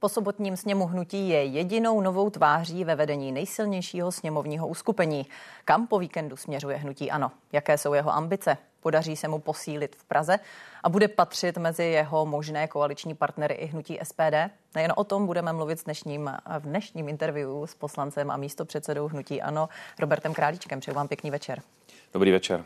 Po sobotním sněmu hnutí je jedinou novou tváří ve vedení nejsilnějšího sněmovního uskupení. Kam po víkendu směřuje hnutí ANO? Jaké jsou jeho ambice? Podaří se mu posílit v Praze a bude patřit mezi jeho možné koaliční partnery i hnutí SPD? Nejen o tom budeme mluvit v dnešním interview s poslancem a místopředsedou hnutí ANO Robertem Králíčkem. Přeju vám pěkný večer. Dobrý večer.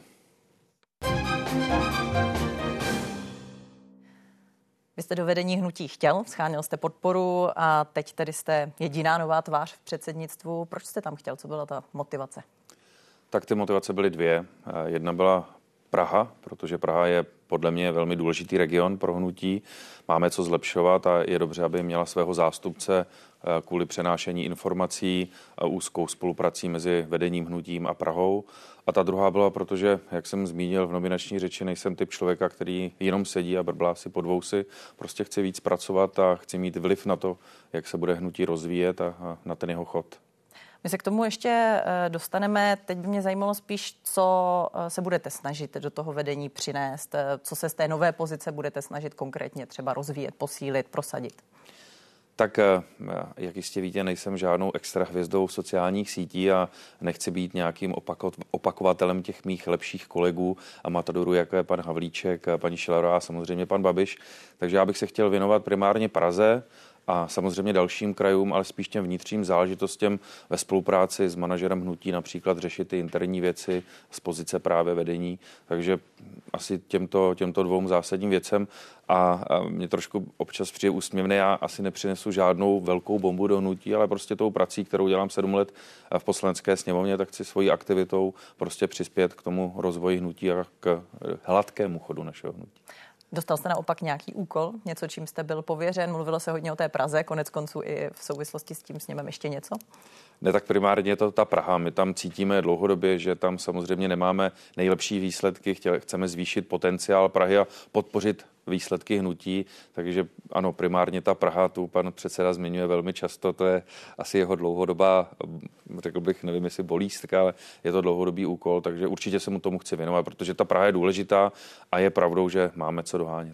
Vy jste do vedení hnutí chtěl, scháněl jste podporu a teď tedy jste jediná nová tvář v předsednictvu. Proč jste tam chtěl? Co byla ta motivace? Tak ty motivace byly dvě. Jedna byla Praha, protože Praha je podle mě velmi důležitý region pro hnutí. Máme co zlepšovat a je dobře, aby měla svého zástupce kvůli přenášení informací a úzkou spoluprací mezi vedením hnutím a Prahou. A ta druhá byla, protože, jak jsem zmínil v nominační řeči, nejsem typ člověka, který jenom sedí a brblá si pod vousy. Prostě chci víc pracovat a chci mít vliv na to, jak se bude hnutí rozvíjet a na ten jeho chod. My se k tomu ještě dostaneme. Teď by mě zajímalo spíš, co se budete snažit do toho vedení přinést, co se z té nové pozice budete snažit konkrétně třeba rozvíjet, posílit, prosadit. Tak, jak jistě víte, nejsem žádnou extra hvězdou sociálních sítí a nechci být nějakým opakovatelem těch mých lepších kolegů a matadorů, jako je pan Havlíček, paní Schillerová a samozřejmě pan Babiš. Takže já bych se chtěl věnovat primárně Praze a samozřejmě dalším krajům, ale spíš těm vnitřním záležitostem ve spolupráci s manažerem hnutí, například řešit ty interní věci z pozice právě vedení. Takže asi těmto dvou zásadním věcem a mě trošku občas přijde úsměvné, já asi nepřinesu žádnou velkou bombu do hnutí, ale prostě tou prací, kterou dělám 7 let v Poslanecké sněmovně, tak chci svojí aktivitou prostě přispět k tomu rozvoji hnutí a k hladkému chodu našeho hnutí. Dostal jste naopak nějaký úkol, něco, čím jste byl pověřen? Mluvilo se hodně o té Praze, konec konců i v souvislosti s tím sněmem ještě něco? Ne, tak primárně je to ta Praha. My tam cítíme dlouhodobě, že tam samozřejmě nemáme nejlepší výsledky. Chceme zvýšit potenciál Prahy a podpořit výsledky hnutí. Takže ano, primárně ta Praha, tu pan předseda zmiňuje velmi často. To je asi jeho dlouhodobá, řekl bych, nevím, jestli bolístka, ale je to dlouhodobý úkol. Takže určitě se mu tomu chci věnovat, protože ta Praha je důležitá a je pravdou, že máme co dohánět.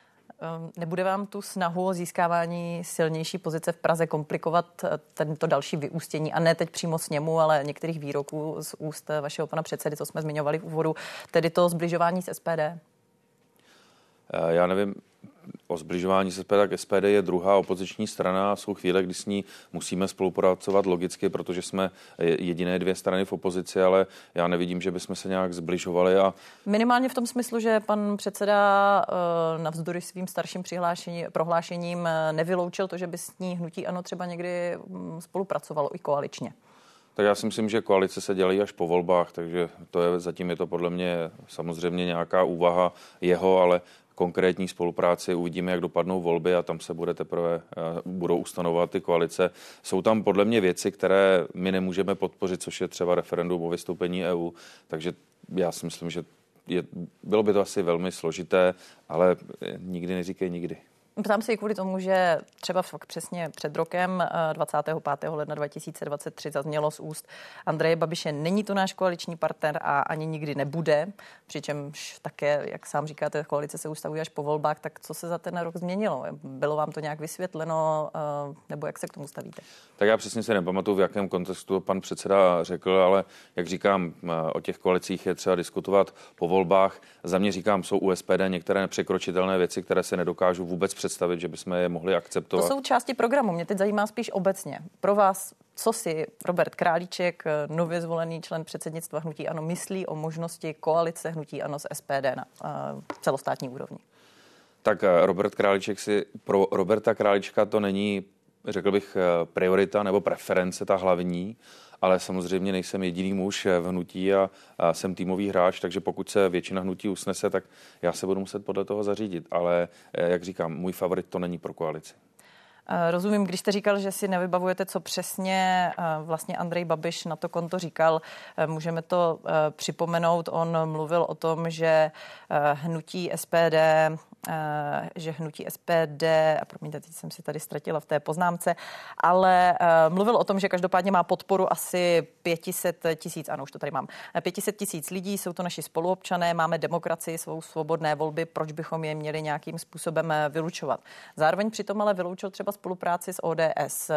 Nebude vám tu snahu o získávání silnější pozice v Praze komplikovat tento další vyústění, a ne teď přímo sněmu, ale některých výroků z úst vašeho pana předsedy, co jsme zmiňovali v úvodu, tedy to sbližování s SPD? Já nevím o sbližování s SPD, tak SPD je druhá opoziční strana a jsou chvíle, kdy s ní musíme spolupracovat logicky, protože jsme jediné dvě strany v opozici, ale já nevidím, že bychom se nějak zbližovali. Minimálně v tom smyslu, že pan předseda navzdory svým starším prohlášením nevyloučil to, že by s ní hnutí ANO třeba někdy spolupracovalo i koaličně. Tak já si myslím, že koalice se dělají až po volbách, takže zatím je to podle mě samozřejmě nějaká úvaha jeho, ale konkrétní spolupráci uvidíme, jak dopadnou volby a tam se budou ustanovovat ty koalice. Jsou tam podle mě věci, které my nemůžeme podpořit, což je třeba referendum o vystoupení EU, takže já si myslím, že bylo by to asi velmi složité, ale nikdy neříkej nikdy. Ptám se i kvůli tomu, že třeba fakt přesně před rokem 25. ledna 2023 zaznělo z úst Andreje Babiše: není to náš koaliční partner a ani nikdy nebude, přičemž také, jak sám říkáte, koalice se ustavuje až po volbách. Tak co se za ten rok změnilo? Bylo vám to nějak vysvětleno, nebo jak se k tomu stavíte? Tak já přesně se nepamatuju, v jakém kontextu pan předseda řekl, ale jak říkám, o těch koalicích je třeba diskutovat po volbách. Za mě říkám, jsou u SPD některé nepřekročitelné věci, které se nedokážu vůbec představit, že bychom je mohli akceptovat. To jsou části programu. Mě teď zajímá spíš obecně. Pro vás, co si Robert Králíček, nově zvolený člen předsednictva hnutí ANO, myslí o možnosti koalice hnutí ANO s SPD na celostátní úrovni? Tak pro Roberta Králíčka to není, řekl bych, priorita nebo preference ta hlavní, ale samozřejmě nejsem jediný muž v hnutí a jsem týmový hráč, takže pokud se většina hnutí usnese, tak já se budu muset podle toho zařídit. Ale jak říkám, můj favorit to není pro koalici. Rozumím, když jste říkal, že si nevybavujete, co přesně vlastně Andrej Babiš na to konto říkal. Můžeme to připomenout. On mluvil o tom, že hnutí SPD že hnutí SPD, a promiňte, teď jsem si tady ztratila v té poznámce, ale mluvil o tom, že každopádně má podporu asi 500 000, ano, už to tady mám, 500 000 lidí, jsou to naši spoluobčané, máme demokracii, svou svobodné volby, proč bychom je měli nějakým způsobem vylučovat. Zároveň přitom ale vyloučil třeba spolupráci s ODS.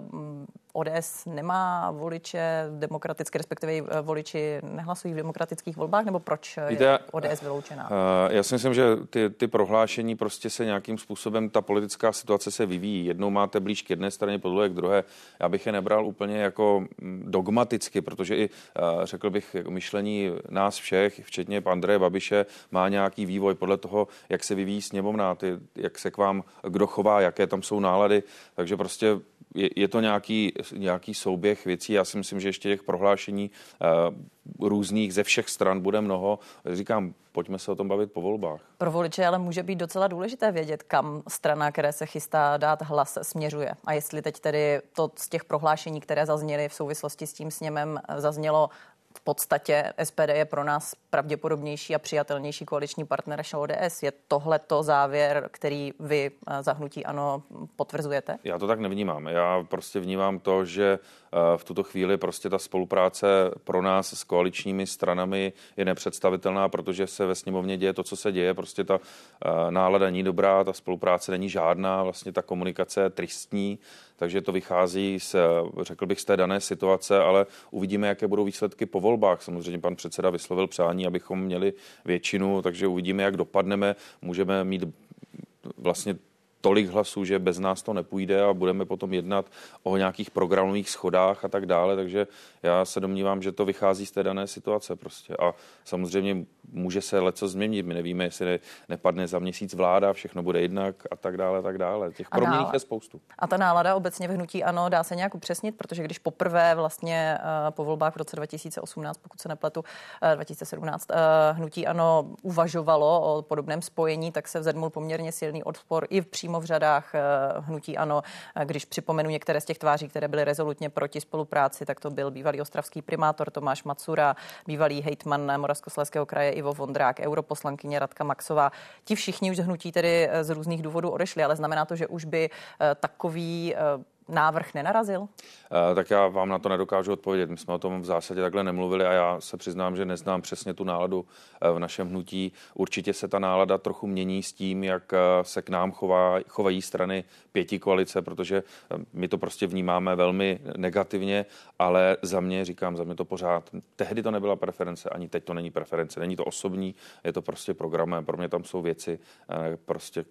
ODS nemá voliče demokratické, respektive voliči nehlasují v demokratických volbách, nebo proč je ODS vyloučená? Já si myslím, že ty prohlášení prostě se nějakým způsobem, ta politická situace se vyvíjí. Jednou máte blíž k jedné straně, po druhé k druhé. Já bych je nebral úplně jako dogmaticky, protože i řekl bych, myšlení nás všech, včetně Andreje Babiše, má nějaký vývoj podle toho, jak se vyvíjí sněmovna, jak se k vám kdo chová, jaké tam jsou nálady. Takže prostě je to nějaký souběh věcí. Já si myslím, že ještě těch prohlášení různých ze všech stran bude mnoho. Říkám, pojďme se o tom bavit po volbách. Pro voliče ale může být docela důležité vědět, kam strana, které se chystá dát hlas, směřuje. A jestli teď tedy to z těch prohlášení, které zazněly v souvislosti s tím sněmem, zaznělo v podstatě SPD je pro nás pravděpodobnější a přijatelnější koaliční partner než ODS. Je tohleto závěr, který vy za hnutí ANO potvrzujete? Já to tak nevnímám. Já prostě vnímám to, že v tuto chvíli prostě ta spolupráce pro nás s koaličními stranami je nepředstavitelná, protože se ve sněmovně děje to, co se děje. Prostě ta nálada není dobrá, ta spolupráce není žádná, vlastně ta komunikace je tristní, takže to vychází řekl bych, z té dané situace, ale uvidíme, jaké budou výsledky po volbách. Samozřejmě pan předseda vyslovil přání, abychom měli většinu, takže uvidíme, jak dopadneme. Můžeme mít vlastně tolik hlasů, že bez nás to nepůjde a budeme potom jednat o nějakých programových schodách a tak dále, takže já se domnívám, že to vychází z té dané situace prostě a samozřejmě může se leco změnit, my nevíme, jestli nepadne za měsíc vláda, všechno bude jinak a tak dále, tak dále. Těch proměnných je spoustu. A ta nálada obecně v hnutí ANO dá se nějak upřesnit, protože když poprvé vlastně po volbách v roce 2018, pokud se nepletu, 2017, hnutí ANO uvažovalo o podobném spojení, tak se vzedmul poměrně silný odpor i přímo v řadách hnutí ANO. Když připomenu některé z těch tváří, které byly rezolutně proti spolupráci, tak to byl bývalý ostravský primátor Tomáš Macura, bývalý hejtman Moravskoslezského kraje Ivo Vondrák, europoslankyně Radka Maxová. Ti všichni už z hnutí tedy z různých důvodů odešli, ale znamená to, že už by takový návrh nenarazil? Tak já vám na to nedokážu odpovědět. My jsme o tom v zásadě takhle nemluvili a já se přiznám, že neznám přesně tu náladu v našem hnutí. Určitě se ta nálada trochu mění s tím, jak se k nám chovají strany pětikoalice, protože my to prostě vnímáme velmi negativně, ale za mě to pořád. Tehdy to nebyla preference, ani teď to není preference. Není to osobní, je to prostě programem. Pro mě tam jsou věci prostě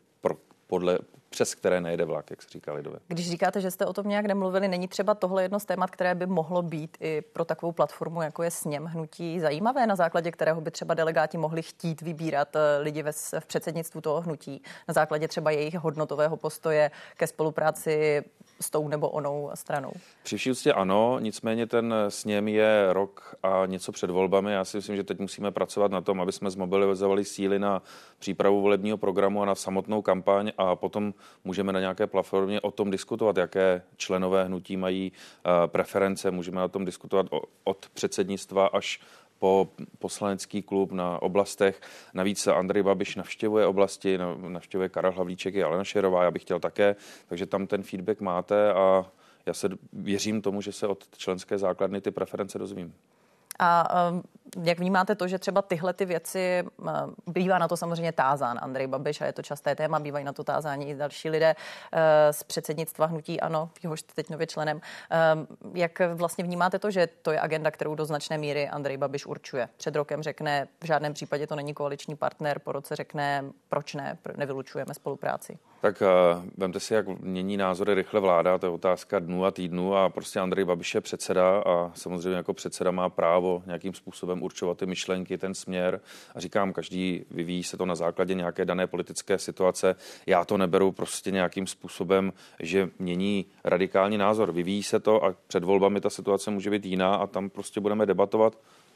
přes které nejde vlak, jak se říká lidově. Když říkáte, že jste o tom nějak nemluvili, není třeba tohle jedno z témat, které by mohlo být i pro takovou platformu, jako je sněm hnutí, zajímavé, na základě kterého by třeba delegáti mohli chtít vybírat lidi v předsednictvu toho hnutí, na základě třeba jejich hodnotového postoje ke spolupráci s tou nebo onou stranou? Při vší úctě ano, nicméně ten sněm je rok a něco před volbami. Já si myslím, že teď musíme pracovat na tom, aby jsme zmobilizovali síly na přípravu volebního programu a na samotnou kampaň a potom můžeme na nějaké platformě o tom diskutovat, jaké členové hnutí mají preference. Můžeme o tom diskutovat od předsednictva až po poslanecký klub na oblastech. Navíc Andrej Babiš navštěvuje oblasti, navštěvuje Karel Havlíček i Alena Schillerová, já bych chtěl také, takže tam ten feedback máte a já se věřím tomu, že se od členské základny ty preference dozvím. A jak vnímáte to, že třeba tyhle ty věci, bývá na to samozřejmě tázán Andrej Babiš a je to časté téma, bývají na to tázáni i další lidé z předsednictva hnutí ANO, jehož jste teď nově členem. Jak vlastně vnímáte to, že to je agenda, kterou do značné míry Andrej Babiš určuje? Před rokem řekne, v žádném případě to není koaliční partner, po roce řekne, proč ne, nevylučujeme spolupráci. Tak vemte si, jak mění názory rychle vláda, to je otázka dnů a týdnů a prostě Andrej Babiš je předseda a samozřejmě jako předseda má právo nějakým způsobem určovat ty myšlenky, ten směr a říkám, každý vyvíjí se to na základě nějaké dané politické situace. Já to neberu prostě nějakým způsobem, že mění radikální názor. Vyvíjí se to a před volbami ta situace může být jiná a tam prostě budeme debatovat,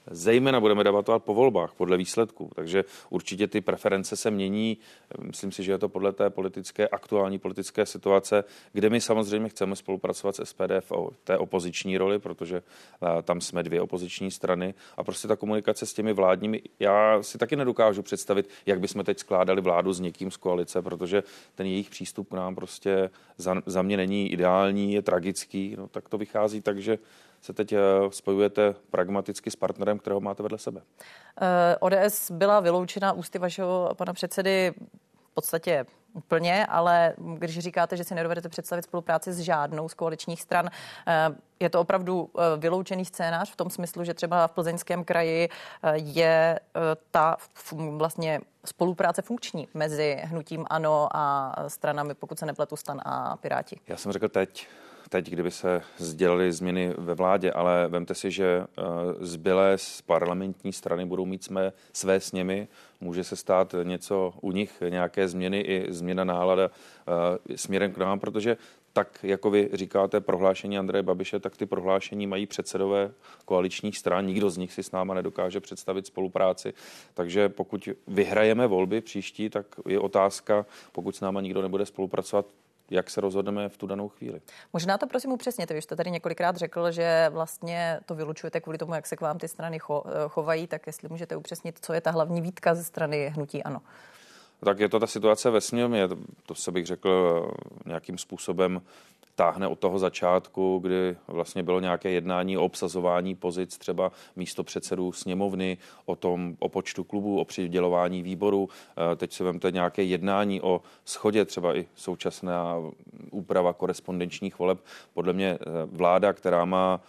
zejména budeme debatovat po volbách, podle výsledků. Takže určitě ty preference se mění. Myslím si, že je to podle té aktuální politické situace, kde my samozřejmě chceme spolupracovat s SPD v té opoziční roli, protože tam jsme dvě opoziční strany a prostě ta komunikace s těmi vládními, já si taky nedokážu představit, jak bychom teď skládali vládu s někým z koalice, protože ten jejich přístup k nám prostě za mě není ideální, je tragický, no tak to vychází tak, že se teď spojujete pragmaticky s partnerem, kterého máte vedle sebe. ODS byla vyloučena ústy vašeho pana předsedy v podstatě úplně, ale když říkáte, že si nedovedete představit spolupráci s žádnou z koaličních stran, je to opravdu vyloučený scénář v tom smyslu, že třeba v Plzeňském kraji je ta vlastně spolupráce funkční mezi hnutím ANO a stranami, pokud se nepletu, STAN a Piráti? Já jsem řekl teď, kdyby se sdělily změny ve vládě, ale vemte si, že zbylé z parlamentní strany budou mít své sněmy, může se stát něco u nich, nějaké změny i změna nálada směrem k nám, protože tak, jako vy říkáte prohlášení Andreje Babiše, tak ty prohlášení mají předsedové koaličních stran. Nikdo z nich si s náma nedokáže představit spolupráci. Takže pokud vyhrajeme volby příští, tak je otázka, pokud s náma nikdo nebude spolupracovat, jak se rozhodneme v tu danou chvíli. Možná to prosím upřesněte. Vy jste tady několikrát řekl, že vlastně to vylučujete kvůli tomu, jak se k vám ty strany chovají, tak jestli můžete upřesnit, co je ta hlavní výtka ze strany hnutí ANO. Tak je to ta situace ve sněmě, to se bych řekl nějakým způsobem táhne od toho začátku, kdy vlastně bylo nějaké jednání o obsazování pozic třeba místopředsedů sněmovny, o počtu klubů, o přidělování výborů. Teď si vemte nějaké jednání o shodě, třeba i současná úprava korespondenčních voleb. Podle mě vláda, která má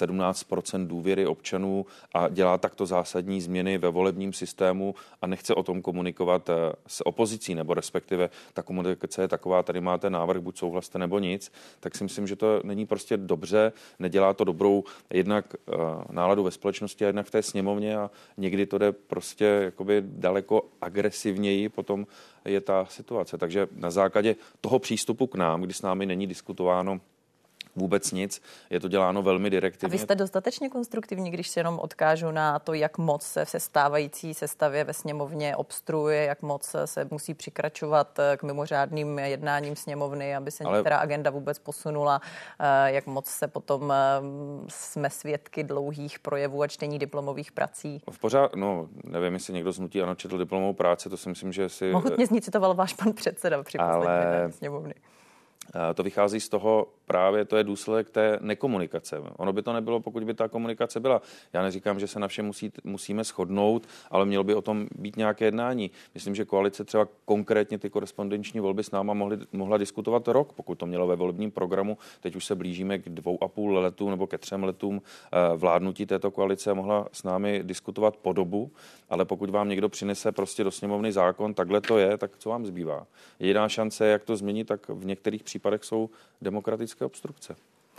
17% důvěry občanů a dělá takto zásadní změny ve volebním systému a nechce o tom komunikovat s opozicí, nebo respektive ta komunikace je taková, tady máte návrh, buď souhlaste nebo nic, tak si myslím, že to není prostě dobře, nedělá to dobrou jednak náladu ve společnosti a jednak v té sněmovně a někdy to jde prostě jakoby daleko agresivněji, potom je ta situace. Takže na základě toho přístupu k nám, kdy s námi není diskutováno vůbec nic, je to děláno velmi direktivně. A vy jste dostatečně konstruktivní, když se jenom odkážu na to, jak moc se v sestávající sestavě ve sněmovně obstruuje, jak moc se musí přikračovat k mimořádným jednáním sněmovny, aby se některá agenda vůbec posunula, jak moc se potom jsme svědky dlouhých projevů a čtení diplomových prací. Nevím, jestli někdo z hnutí ANO četl diplomovou práci, to si myslím, že si... Mohutně z ní citoval váš pan předseda při poslední jednání sněmovny. To vychází z toho právě, to je důsledek té nekomunikace. Ono by to nebylo, pokud by ta komunikace byla. Já neříkám, že se na všem musíme shodnout, ale mělo by o tom být nějaké jednání. Myslím, že koalice třeba konkrétně ty korespondenční volby s náma mohla diskutovat rok, pokud to mělo ve volebním programu. Teď už se blížíme k 2,5 letům nebo ke 3 letům vládnutí této koalice a mohla s námi diskutovat po dobu, ale pokud vám někdo přinese prostě do sněmovny zákon, takhle to je, tak co vám zbývá? Jediná šance, jak to změnit, tak v některých případech jsou demokratické obstrukce.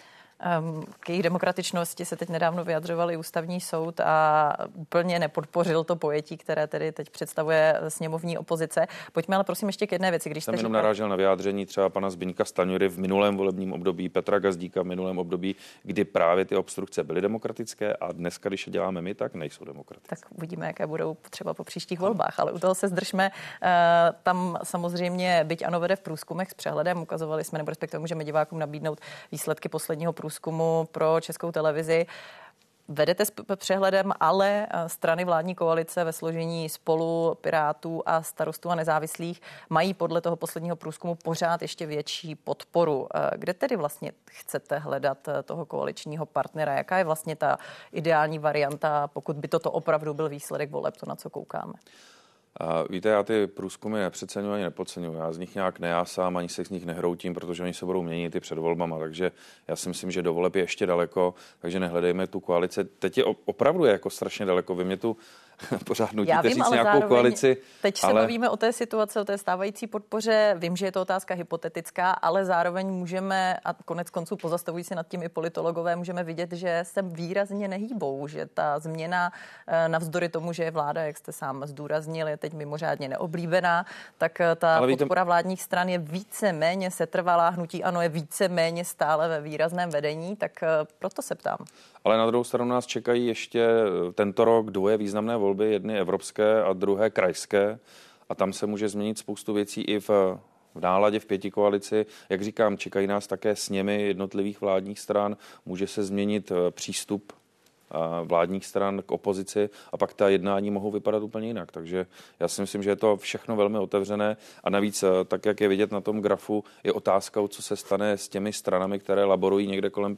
K jejich demokratičnosti se teď nedávno vyjadřoval i ústavní soud a úplně nepodpořil to pojetí, které tedy teď představuje sněmovní opozice. Pojďme ale prosím ještě k jedné věci. Když jsem jenom narážel na vyjádření třeba pana Zbyňka Stanjury v minulém volebním období, Petra Gazdíka v minulém období, kdy právě ty obstrukce byly demokratické a dneska, když je děláme my, tak nejsou demokratické. Tak uvidíme, jaké budou třeba po příštích volbách, ale u toho se zdržme. Tam samozřejmě, byť ANO vede v průzkumech s přehledem, ukazovali jsme, nebo respektive můžeme divákům nabídnout výsledky posledního průzkumu pro Českou televizi. Vedete s přehledem, ale strany vládní koalice ve složení Spolu, Pirátů a Starostů a nezávislých mají podle toho posledního průzkumu pořád ještě větší podporu. Kde tedy vlastně chcete hledat toho koaličního partnera? Jaká je vlastně ta ideální varianta, pokud by toto opravdu byl výsledek voleb, to na co koukáme? Víte, já ty průzkumy nepřeceňuji ani nepodceňuji. Já z nich nějak nejásám, ani se z nich nehroutím, protože oni se budou měnit i před volbama. Takže já si myslím, že do voleb je ještě daleko, takže nehledejme tu koalici. Teď je opravdu jako strašně daleko. Vy mě tu pořád nutíte říct nějakou koalici. Teď se bavíme o té situaci, o té stávající podpoře. Vím, že je to otázka hypotetická, ale zároveň můžeme, a konec konců pozastavují se nad tím i politologové, můžeme vidět, že se výrazně nehýbou, že ta změna navzdory tomu, že je vláda, jak jste sám zdůraznil, je teď mimořádně neoblíbená, tak ta podpora vládních stran je více-méně setrvalá, hnutí ANO je více-méně stále ve výrazném vedení, tak proto se ptám. Ale na druhou stranu nás čekají ještě tento rok dvoje významné volby, jedny evropské a druhé krajské. A tam se může změnit spoustu věcí i v náladě v pětikoalici. Jak říkám, čekají nás také sněmy jednotlivých vládních stran. Může se změnit přístup vládních stran k opozici a pak ta jednání mohou vypadat úplně jinak. Takže já si myslím, že je to všechno velmi otevřené a navíc, tak jak je vidět na tom grafu, je otázkou, co se stane s těmi stranami, které laborují někde kolem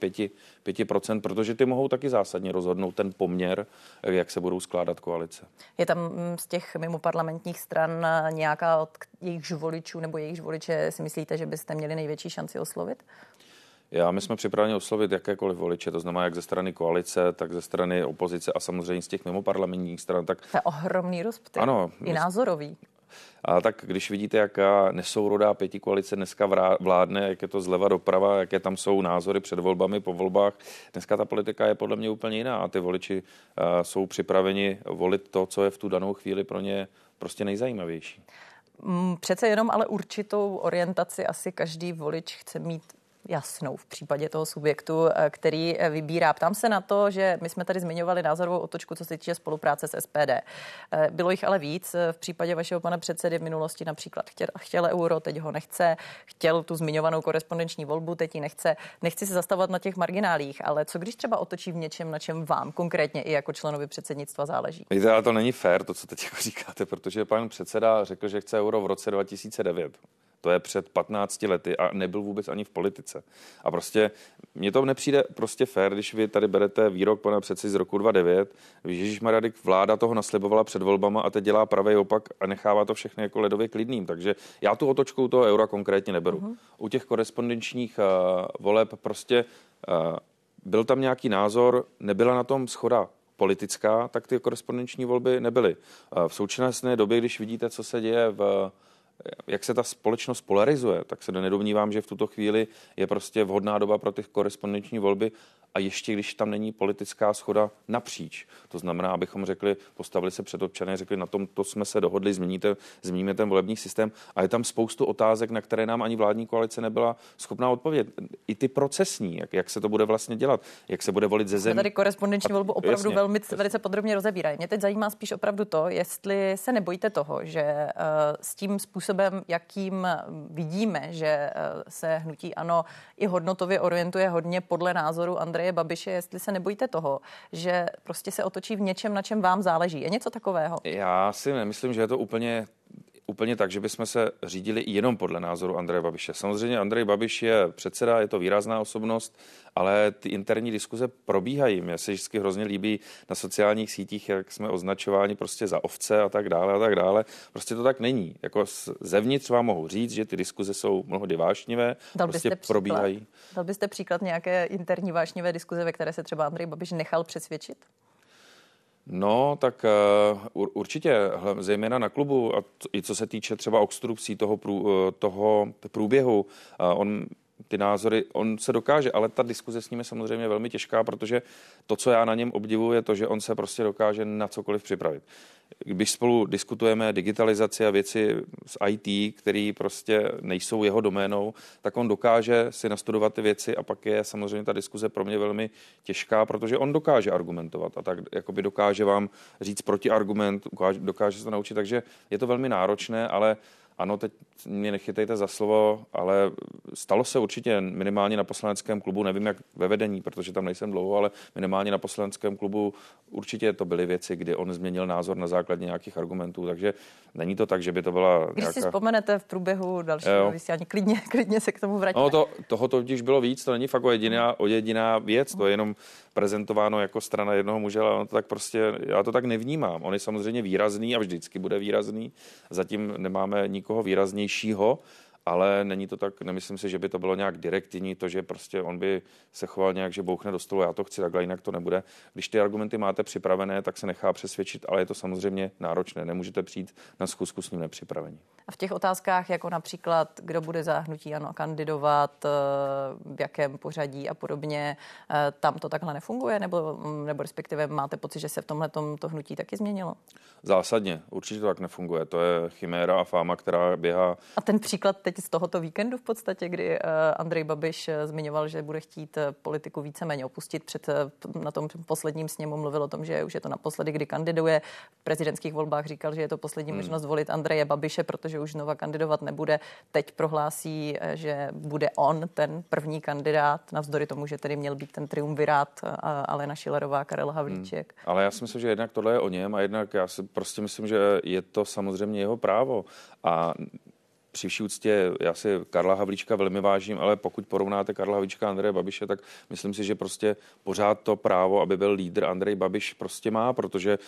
5%, protože ty mohou taky zásadně rozhodnout ten poměr, jak se budou skládat koalice. Je tam z těch mimoparlamentních stran nějaká od jejich voličů nebo jejich voliče, si myslíte, že byste měli největší šanci oslovit? My jsme připraveni oslovit jakékoliv voliče, to znamená jak ze strany koalice, tak ze strany opozice a samozřejmě z těch mimoparlamentních stran. To je ohromný rozptyl, ano, i názorový. A tak když vidíte, jaká nesourodá pětikoalice dneska vládne, jak je to zleva doprava, jaké tam jsou názory před volbami, po volbách, dneska ta politika je podle mě úplně jiná a ty voliči jsou připraveni volit to, co je v tu danou chvíli pro ně prostě nejzajímavější. Přece jenom ale určitou orientaci asi každý volič chce mít jasnou v případě toho subjektu, který vybírá. Ptám se na to, že my jsme tady zmiňovali názorovou otočku, co se týče spolupráce s SPD. Bylo jich ale víc. V případě vašeho pana předsedy v minulosti například chtěl euro, teď ho nechce, chtěl tu zmiňovanou korespondenční volbu, teď ji nechce. Nechci se zastavovat na těch marginálích, ale co když třeba otočí v něčem, na čem vám konkrétně i jako členovi předsednictva záleží? Víte, ale to není fér, to, co teď jako říkáte, protože pan předseda řekl, že chce euro v roce 2009. To je před 15 lety a nebyl vůbec ani v politice. A prostě mně to nepřijde prostě fér, když vy tady berete výrok pana předsedy z roku 2009, ježišmarja, vláda toho naslibovala před volbama a teď dělá pravý opak a nechává to všechny jako ledově klidným. Takže já tu otočku toho eura konkrétně neberu. U těch korespondenčních voleb prostě byl tam nějaký názor, nebyla na tom shoda politická, tak ty korespondenční volby nebyly. V současné době, když vidíte, co se děje jak se ta společnost polarizuje, tak se nedomnívám, že v tuto chvíli je prostě vhodná doba pro ty korespondenční volby a ještě když tam není politická shoda napříč. To znamená, abychom řekli, postavili se před občany, řekli, na tom to jsme se dohodli, změníme ten volební systém a je tam spoustu otázek, na které nám ani vládní koalice nebyla schopná odpovědět. I ty procesní, jak se to bude vlastně dělat, jak se bude volit ze zemí. Tady korespondenční volbu opravdu velice podrobně rozebírají. Mě teď zajímá spíš opravdu to, jestli se nebojíte toho, že s tím způsobem, jakým vidíme, že se hnutí ANO i hodnotově orientuje hodně podle názoru Andreje Babiše, jestli se nebojíte toho, že prostě se otočí v něčem, na čem vám záleží. Je něco takového? Já si nemyslím, že je to úplně tak, že bychom se řídili jenom podle názoru Andreje Babiše. Samozřejmě Andrej Babiš je předseda, je to výrazná osobnost, ale ty interní diskuze probíhají. Mně se vždycky hrozně líbí na sociálních sítích, jak jsme označováni prostě za ovce a tak dále a tak dále. Prostě to tak není. Jako zevnitř vám mohu říct, že ty diskuze jsou mnohdy vášnivé, prostě probíhají. Dal byste příklad nějaké interní vášnivé diskuze, ve které se třeba Andrej Babiš nechal přesvědčit? No, tak určitě, zejména na klubu, a i co se týče třeba obstrukcí toho průběhu, ty názory, on se dokáže, ale ta diskuze s ním je samozřejmě velmi těžká, protože to, co já na něm obdivuji, je to, že on se prostě dokáže na cokoliv připravit. Když spolu diskutujeme digitalizaci a věci z IT, které prostě nejsou jeho doménou, tak on dokáže si nastudovat ty věci a pak je samozřejmě ta diskuze pro mě velmi těžká, protože on dokáže argumentovat a tak jakoby dokáže vám říct protiargument, dokáže se to naučit, takže je to velmi náročné, ale ano, teď mě nechytejte za slovo, ale stalo se určitě minimálně na poslaneckém klubu, nevím jak ve vedení, protože tam nejsem dlouho, ale minimálně na poslaneckém klubu určitě to byly věci, kdy on změnil názor na základě nějakých argumentů, takže není to tak, že by to byla Když si vzpomenete v průběhu dalšího vysílání, klidně se k tomu vrátíme. No toho totiž bylo víc, to není fakt jediná věc, to je jenom prezentováno jako strana jednoho muže, ale to tak prostě, já to tak nevnímám. On je samozřejmě výrazný a vždycky bude výrazný, zatím nemáme nikoho výraznějšího, ale není to tak, nemyslím si, že by to bylo nějak direktivní, to, že prostě on by se choval nějak, že bouchne do stolu, já to chci takhle, jinak to nebude. Když ty argumenty máte připravené, tak se nechá přesvědčit, ale je to samozřejmě náročné. Nemůžete přijít na schůzku s ním nepřipravení. A v těch otázkách, jako například, kdo bude za hnutí ANO kandidovat, v jakém pořadí a podobně, tam to takhle nefunguje, nebo respektive máte pocit, že se v tomhletom to hnutí taky změnilo? Zásadně, určitě to tak nefunguje. To je chiméra a fáma, která běhá. A ten příklad teď z tohoto víkendu v podstatě, kdy Andrej Babiš zmiňoval, že bude chtít politiku víceméně opustit, na tom posledním sněmu mluvil o tom, že už je to naposledy, kdy kandiduje. V prezidentských volbách říkal, že je to poslední možnost volit Andreje Babiše, protože už znova kandidovat nebude. Teď prohlásí, že bude on ten první kandidát, navzdory tomu, že tedy měl být ten triumvirát Alena Schillerová, Karel Havlíček. Ale já si myslím, že jednak tohle je o něm a jednak já si prostě myslím, že je to samozřejmě jeho právo. A při vší úctě, já si Karla Havlíčka velmi vážím, ale pokud porovnáte Karla Havlíčka a Andreje Babiše, tak myslím si, že prostě pořád to právo, aby byl lídr, Andrej Babiš prostě má, protože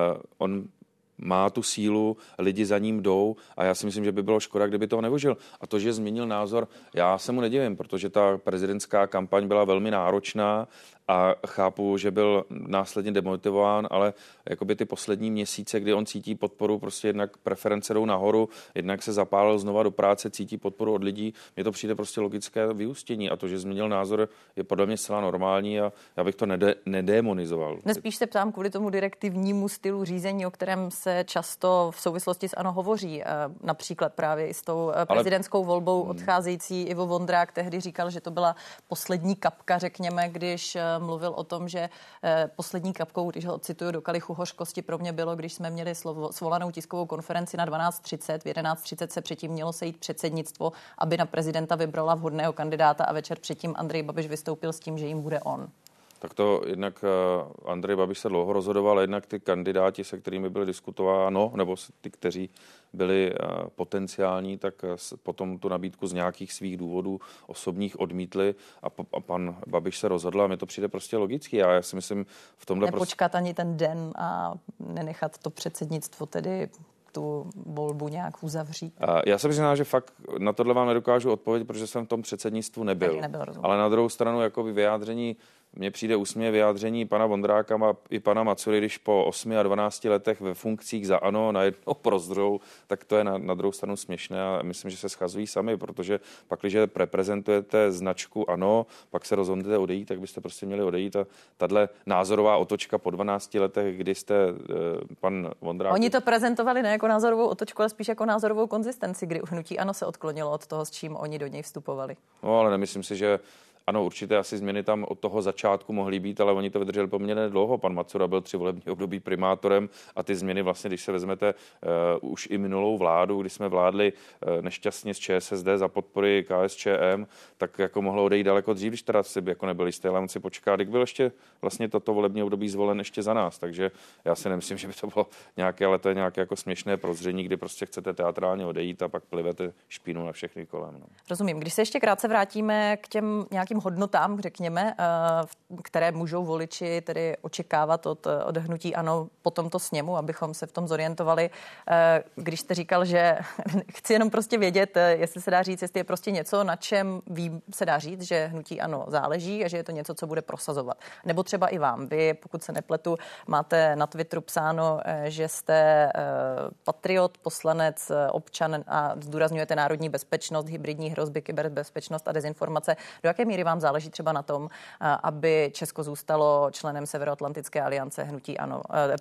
on má tu sílu, lidi za ním jdou a já si myslím, že by bylo škoda, kdyby toho nevyužil. A to, že změnil názor, já se mu nedivím, protože ta prezidentská kampaň byla velmi náročná a chápu, že byl následně demotivován, ale jakoby ty poslední měsíce, kdy on cítí podporu, prostě jednak preference jdou nahoru, jednak se zapálil znova do práce, cítí podporu od lidí, mně to přijde prostě logické vyústění a to, že změnil názor, je podle mě zcela normální a já bych to nedémonizoval. Nespíš se ptám kvůli tomu direktivnímu stylu řízení, o kterém se často v souvislosti s ANO hovoří, například právě i s tou prezidentskou volbou odcházející Ivo Vondrák tehdy říkal, že to byla poslední kapka, řekněme, když mluvil o tom, že poslední kapkou, když ho cituju do kalichu hořkosti, pro mě bylo, když jsme měli svolanou tiskovou konferenci na 12:30, v 11:30 se předtím mělo sejít předsednictvo, aby na prezidenta vybrala vhodného kandidáta a večer předtím Andrej Babiš vystoupil s tím, že jim bude on. Tak to jednak Andrej Babiš se dlouho rozhodoval, jednak ty kandidáti, se kterými byly diskutováno, nebo ty, kteří byli potenciální, tak potom tu nabídku z nějakých svých důvodů osobních odmítli a pan Babiš se rozhodl a mi to přijde prostě logicky. Já si myslím v tomhle nepočkat ani ten den a nenechat to předsednictvo tedy tu volbu nějak uzavřít. Já se přiznám, že fakt na tohle vám nedokážu odpovědět, protože jsem v tom předsednictvu nebyl. Ale na druhou stranu jakoby vyjádření, mně přijde úsměv vyjádření pana Vondráka a i pana Macury, když po 8 a 12 letech ve funkcích za ANO najednou prozdrou, tak to je na druhou stranu směšné a myslím, že se schazují sami, protože pak, když reprezentujete značku ANO, pak se rozhodnete odejít, tak byste prostě měli odejít a tahle názorová otočka po 12 letech, kdy jste pan Vondrák... Oni to prezentovali ne jako názorovou otočku, ale spíš jako názorovou konzistenci, kdy hnutí ANO se odklonilo od toho, s čím oni do něj vstupovali. No, ale nemyslím si, že ano, určitě asi změny tam od toho začátku mohly být, ale oni to vydrželi poměrně dlouho. Pan Macura byl 3 volební období primátorem a ty změny vlastně, když se vezmete už i minulou vládu, kdy jsme vládli nešťastně s ČSSD za podpory KSČM, tak jako mohlo odejít daleko dřív, když teda si jako nebyl jistý, ale on si počká, když byl ještě vlastně toto volební období zvolen ještě za nás, takže já si nemyslím, že by to bylo nějaké, ale to je nějaké jako směšné prozření, kdy prostě chcete teatrálně odejít a pak plivete špínu na všechny kolem. No. Rozumím. Když se ještě krátce vrátíme k těm nějakým hodnotám, řekněme, které můžou voliči tedy očekávat od hnutí ANO po tomto sněmu, abychom se v tom zorientovali. Když jste říkal, že chci jenom prostě vědět, jestli se dá říct, jestli je prostě něco, na čem se dá říct, že hnutí ANO záleží a že je to něco, co bude prosazovat. Nebo třeba i vám. Vy, pokud se nepletu, máte na Twitteru psáno, že jste patriot, poslanec, občan a zdůrazňujete národní bezpečnost, hybridní hrozby, kyberbezpečnost a dezinformace. Do jaké míry vám záleží třeba na tom, aby Česko zůstalo členem Severoatlantické aliance hnutí ANO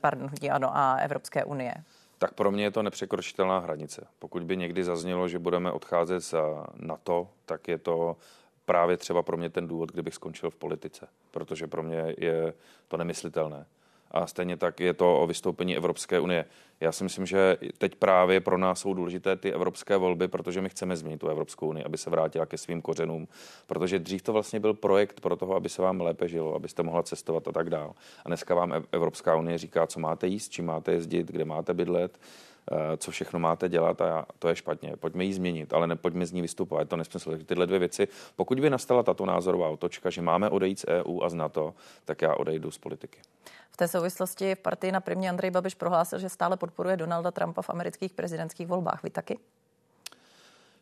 a Evropské unie? Tak pro mě je to nepřekročitelná hranice. Pokud by někdy zaznělo, že budeme odcházet z NATO, tak je to právě třeba pro mě ten důvod, kdybych skončil v politice, protože pro mě je to nemyslitelné. A stejně tak je to o vystoupení Evropské unie. Já si myslím, že teď právě pro nás jsou důležité ty evropské volby, protože my chceme změnit tu Evropskou unii, aby se vrátila ke svým kořenům. Protože dřív to vlastně byl projekt pro toho, aby se vám lépe žilo, abyste mohla cestovat a tak dál. A dneska vám Evropská unie říká, co máte jíst, čím máte jezdit, kde máte bydlet, co všechno máte dělat a to je špatně. Pojďme ji změnit, ale nepojďme z ní vystupovat. Je to nesmysl. Takže tyhle dvě věci, pokud by nastala tato názorová otočka, že máme odejít z EU a z NATO, tak já odejdu z politiky. V té souvislosti v partii na primě Andrej Babiš prohlásil, že stále podporuje Donalda Trumpa v amerických prezidentských volbách. Vy taky?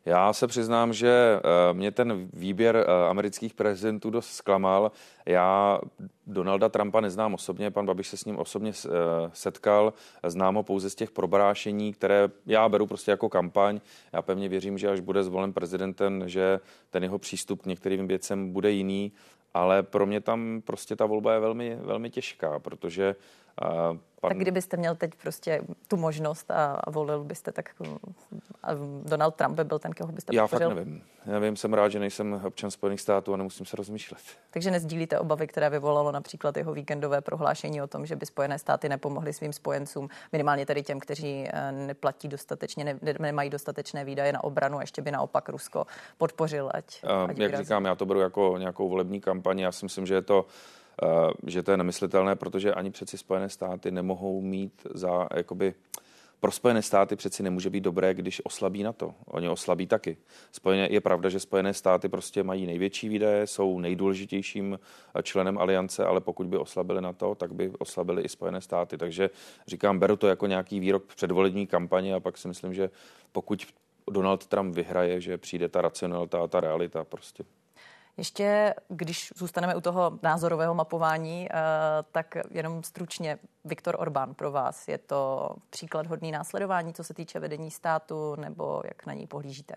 Já se přiznám, že mě ten výběr amerických prezidentů dost zklamal. Já Donalda Trumpa neznám osobně, pan Babiš se s ním osobně setkal, znám ho pouze z těch probrášení, které já beru prostě jako kampaň. Já pevně věřím, že až bude zvolen prezidentem, že ten jeho přístup k některým věcem bude jiný, ale pro mě tam prostě ta volba je velmi, velmi těžká, protože Tak kdybyste měl teď prostě tu možnost a volil byste, tak Donald Trump by byl ten, koho byste podpořil? Já fakt nevím. Nevím, jsem rád, že nejsem občan Spojených států a nemusím se rozmýšlet. Takže nezdílíte obavy, které vyvolalo například jeho víkendové prohlášení o tom, že by Spojené státy nepomohly svým spojencům, minimálně tedy těm, kteří neplatí dostatečně, nemají dostatečné výdaje na obranu, a ještě by naopak Rusko podpořil, ať jak říkám, já to beru jako nějakou volební kampaň. Já si myslím, že to je nemyslitelné, protože ani přeci Spojené státy nemohou mít pro Spojené státy přeci nemůže být dobré, když oslabí NATO. Oni oslabí taky. Je pravda, že Spojené státy prostě mají největší výdaje, jsou nejdůležitějším členem aliance, ale pokud by oslabili NATO, tak by oslabili i Spojené státy. Takže říkám, beru to jako nějaký výrok předvolební kampaně a pak si myslím, že pokud Donald Trump vyhraje, že přijde ta racionalita a ta realita prostě. Ještě, když zůstaneme u toho názorového mapování, tak jenom stručně, Viktor Orbán pro vás, je to příklad hodný následování, co se týče vedení státu, nebo jak na něj pohlížíte?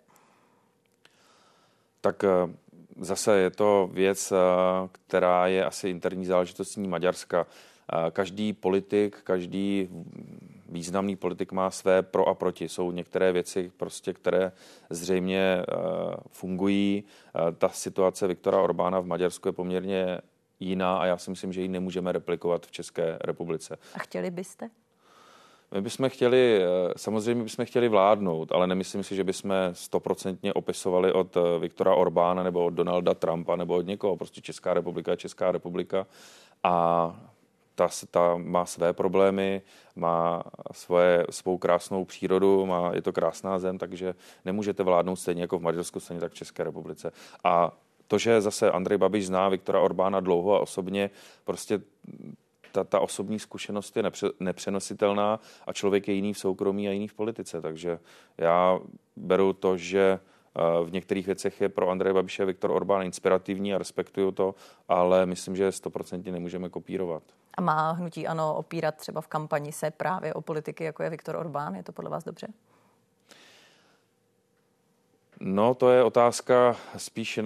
Tak zase je to věc, která je asi interní záležitostí Maďarska. Každý politik, každý významný politik má své pro a proti. Jsou některé věci, prostě, které zřejmě fungují. Ta situace Viktora Orbána v Maďarsku je poměrně jiná a já si myslím, že ji nemůžeme replikovat v České republice. A chtěli byste? Samozřejmě bychom chtěli vládnout, ale nemyslím si, že bychom 100% opisovali od Viktora Orbána nebo od Donalda Trumpa nebo od někoho. Prostě Česká republika a ta má své problémy, má svou krásnou přírodu, je to krásná zem, takže nemůžete vládnout stejně jako v Maďarsku, stejně tak v České republice. A to, že zase Andrej Babiš zná Viktora Orbána dlouho a osobně, prostě ta osobní zkušenost je nepřenositelná a člověk je jiný v soukromí a jiný v politice. Takže já beru to, že v některých věcech je pro Andreje Babiše Viktor Orbán inspirativní a respektuju to, ale myslím, že 100% nemůžeme kopírovat. A má hnutí ANO opírat třeba v kampani se právě o politiky, jako je Viktor Orbán? Je to podle vás dobře? No, to je otázka spíš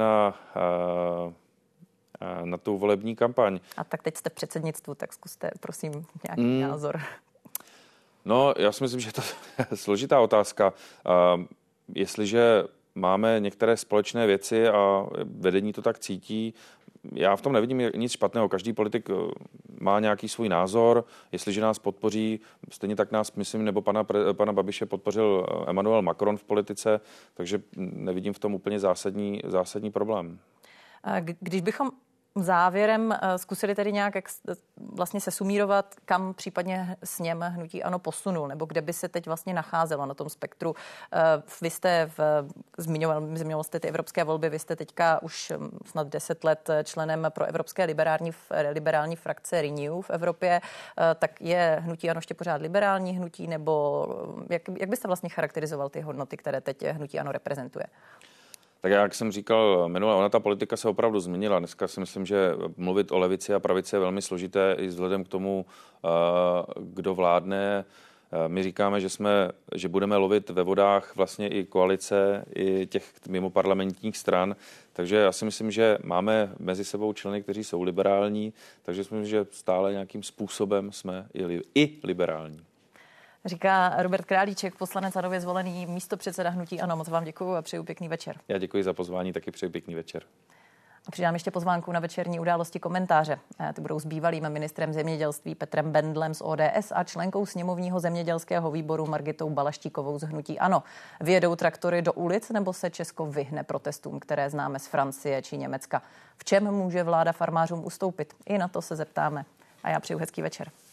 na tu volební kampaň. A tak teď jste v předsednictvu, tak zkuste, prosím, nějaký názor. No, já si myslím, že to je složitá otázka. Jestliže máme některé společné věci a vedení to tak cítí, já v tom nevidím nic špatného. Každý politik má nějaký svůj názor. Jestliže nás podpoří, stejně tak nás, myslím, nebo pana Babiše podpořil Emmanuel Macron v politice, takže nevidím v tom úplně zásadní problém. Když bychom závěrem zkusili tedy nějak vlastně se sumírovat, kam případně sněm hnutí ANO posunul, nebo kde by se teď vlastně nacházelo na tom spektru. Vy jste zmiňoval jste ty evropské volby, vy jste teďka už snad 10 let členem pro evropské liberální frakce Renew v Evropě, tak je hnutí ANO ještě pořád liberální hnutí, nebo jak byste vlastně charakterizoval ty hodnoty, které teď hnutí ANO reprezentuje? Tak jak jsem říkal minule, ta politika se opravdu změnila. Dneska si myslím, že mluvit o levici a pravici je velmi složité i vzhledem k tomu, kdo vládne. My říkáme, že budeme lovit ve vodách vlastně i koalice, i těch mimoparlamentních stran. Takže já si myslím, že máme mezi sebou členy, kteří jsou liberální, takže si myslím, že stále nějakým způsobem jsme i liberální. Říká Robert Králíček, poslanec a nově zvolený místopředseda hnutí ANO. Moc vám děkuji a přeju pěkný večer. Já děkuji za pozvání, taky přeju pěkný večer. A přidám ještě pozvánku na večerní Události komentáře. Ty budou s bývalým ministrem zemědělství Petrem Bendlem z ODS a členkou sněmovního zemědělského výboru Margitou Balaštíkovou z hnutí ANO. Vyjedou traktory do ulic nebo se Česko vyhne protestům, které známe z Francie či Německa? V čem může vláda farmářům ustoupit? I na to se zeptáme. A já přeju hezký večer.